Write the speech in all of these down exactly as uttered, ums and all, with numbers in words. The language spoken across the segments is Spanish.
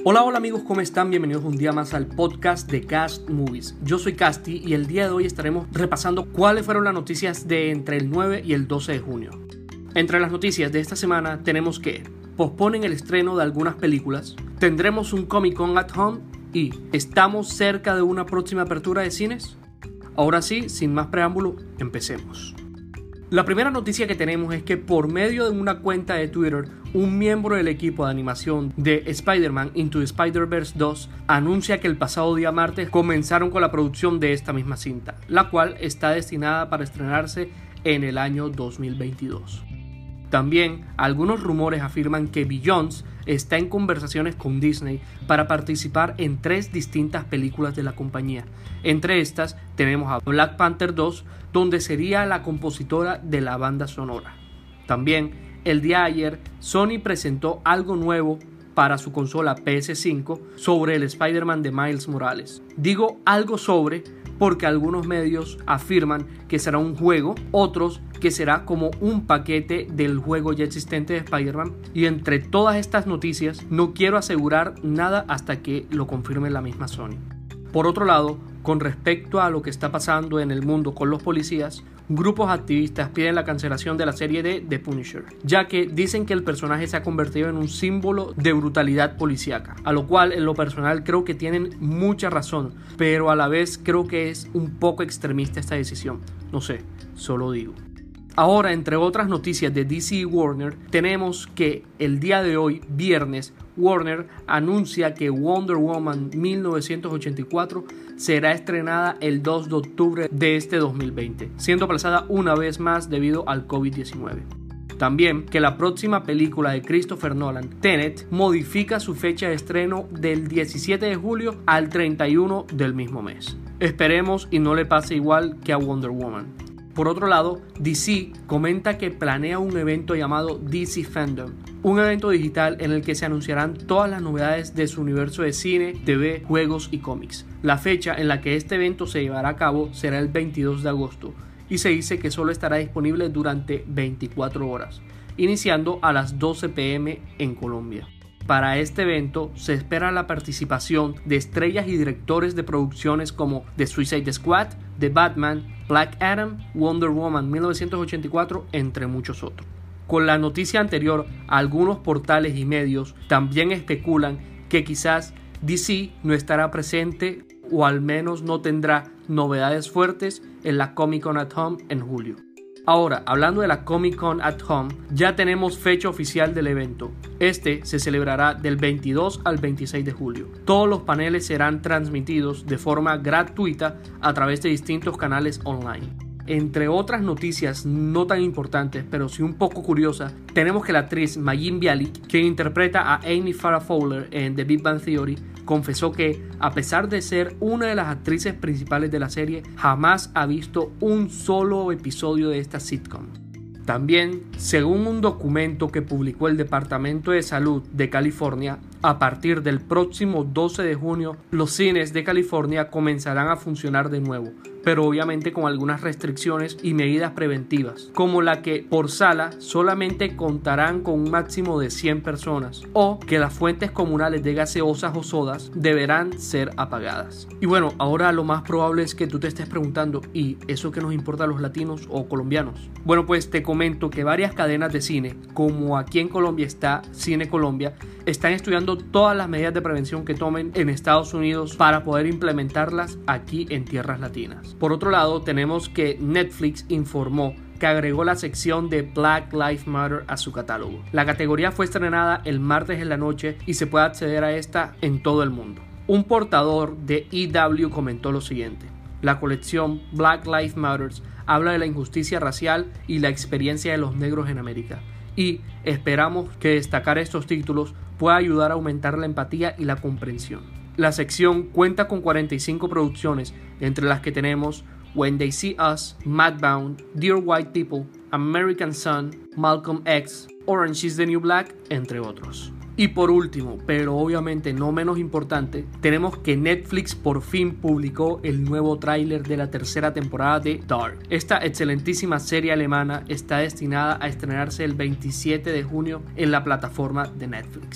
Hola, hola amigos, ¿cómo están? Bienvenidos un día más al podcast de Cast Movies. Yo soy Casti y el día de hoy estaremos repasando cuáles fueron las noticias de entre el nueve y el doce de junio. Entre las noticias de esta semana tenemos que posponen el estreno de algunas películas, tendremos un Comic Con at Home y ¿estamos cerca de una próxima apertura de cines? Ahora sí, sin más preámbulo, empecemos. La primera noticia que tenemos es que por medio de una cuenta de Twitter, un miembro del equipo de animación de Spider-Man Into the Spider-Verse dos anuncia que el pasado día martes comenzaron con la producción de esta misma cinta, la cual está destinada para estrenarse en el año dos mil veintidós. También, algunos rumores afirman que Beyoncé está en conversaciones con Disney para participar en tres distintas películas de la compañía. Entre estas tenemos a Black Panther dos, donde sería la compositora de la banda sonora. También, el día de ayer, Sony presentó algo nuevo para su consola P S cinco sobre el Spider-Man de Miles Morales. Digo algo sobre porque algunos medios afirman que será un juego, otros que será como un paquete del juego ya existente de Spider-Man, y entre todas estas noticias no quiero asegurar nada hasta que lo confirme la misma Sony. Por otro lado, con respecto a lo que está pasando en el mundo con los policías, grupos activistas piden la cancelación de la serie de The Punisher, ya que dicen que el personaje se ha convertido en un símbolo de brutalidad policíaca, a lo cual en lo personal creo que tienen mucha razón, pero a la vez creo que es un poco extremista esta decisión. No sé, solo digo. Ahora, entre otras noticias de D C y Warner, tenemos que el día de hoy, viernes, Warner anuncia que Wonder Woman mil novecientos ochenta y cuatro será estrenada el dos de octubre de este dos mil veinte, siendo aplazada una vez más debido al COVID diecinueve. También que la próxima película de Christopher Nolan, Tenet, modifica su fecha de estreno del diecisiete de julio al treinta y uno del mismo mes. Esperemos y no le pase igual que a Wonder Woman. Por otro lado, D C comenta que planea un evento llamado D C Fandom, un evento digital en el que se anunciarán todas las novedades de su universo de cine, T V, juegos y cómics. La fecha en la que este evento se llevará a cabo será el veintidós de agosto y se dice que solo estará disponible durante veinticuatro horas, iniciando a las doce pe eme en Colombia. Para este evento se espera la participación de estrellas y directores de producciones como The Suicide Squad, The Batman, Black Adam, Wonder Woman mil novecientos ochenta y cuatro, entre muchos otros. Con la noticia anterior, algunos portales y medios también especulan que quizás D C no estará presente o al menos no tendrá novedades fuertes en la Comic Con at Home en julio. Ahora, hablando de la Comic Con at Home, ya tenemos fecha oficial del evento. Este se celebrará del veintidós al veintiséis de julio. Todos los paneles serán transmitidos de forma gratuita a través de distintos canales online. Entre otras noticias no tan importantes, pero sí un poco curiosas, tenemos que la actriz Mayim Bialik, quien interpreta a Amy Farrah Fowler en The Big Bang Theory, confesó que, a pesar de ser una de las actrices principales de la serie, jamás ha visto un solo episodio de esta sitcom. También, según un documento que publicó el Departamento de Salud de California, a partir del próximo doce de junio, los cines de California comenzarán a funcionar de nuevo, pero obviamente con algunas restricciones y medidas preventivas, como la que por sala solamente contarán con un máximo de cien personas, o que las fuentes comunales de gaseosas o sodas deberán ser apagadas. Y bueno, ahora lo más probable es que tú te estés preguntando, ¿y eso qué nos importa a los latinos o colombianos? Bueno, pues te comento que varias cadenas de cine, como aquí en Colombia está Cine Colombia, están estudiando todas las medidas de prevención que tomen en Estados Unidos para poder implementarlas aquí en tierras latinas. Por otro lado, tenemos que Netflix informó que agregó la sección de Black Lives Matter a su catálogo. La categoría fue estrenada el martes en la noche y se puede acceder a esta en todo el mundo. Un portador de E W comentó lo siguiente: la colección Black Lives Matter habla de la injusticia racial y la experiencia de los negros en América, y esperamos que destacar estos títulos pueda ayudar a aumentar la empatía y la comprensión. La sección cuenta con cuarenta y cinco producciones, entre las que tenemos When They See Us, Mudbound, Dear White People, American Son, Malcolm X, Orange is the New Black, entre otros. Y por último, pero obviamente no menos importante, tenemos que Netflix por fin publicó el nuevo tráiler de la tercera temporada de Dark. Esta excelentísima serie alemana está destinada a estrenarse el veintisiete de junio en la plataforma de Netflix.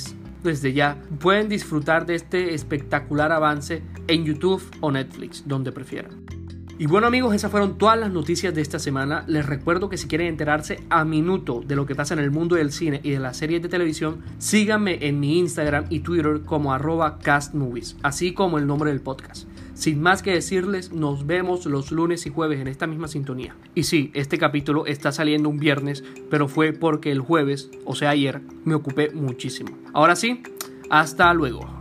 desde ya, pueden disfrutar de este espectacular avance en YouTube o Netflix, donde prefieran. Y bueno amigos, esas fueron todas las noticias de esta semana. Les recuerdo que si quieren enterarse a minuto de lo que pasa en el mundo del cine y de las series de televisión, síganme en mi Instagram y Twitter como arroba castmovies, así como el nombre del podcast. Sin más que decirles, nos vemos los lunes y jueves en esta misma sintonía. Y sí, este capítulo está saliendo un viernes, pero fue porque el jueves, o sea ayer, me ocupé muchísimo. Ahora sí, hasta luego.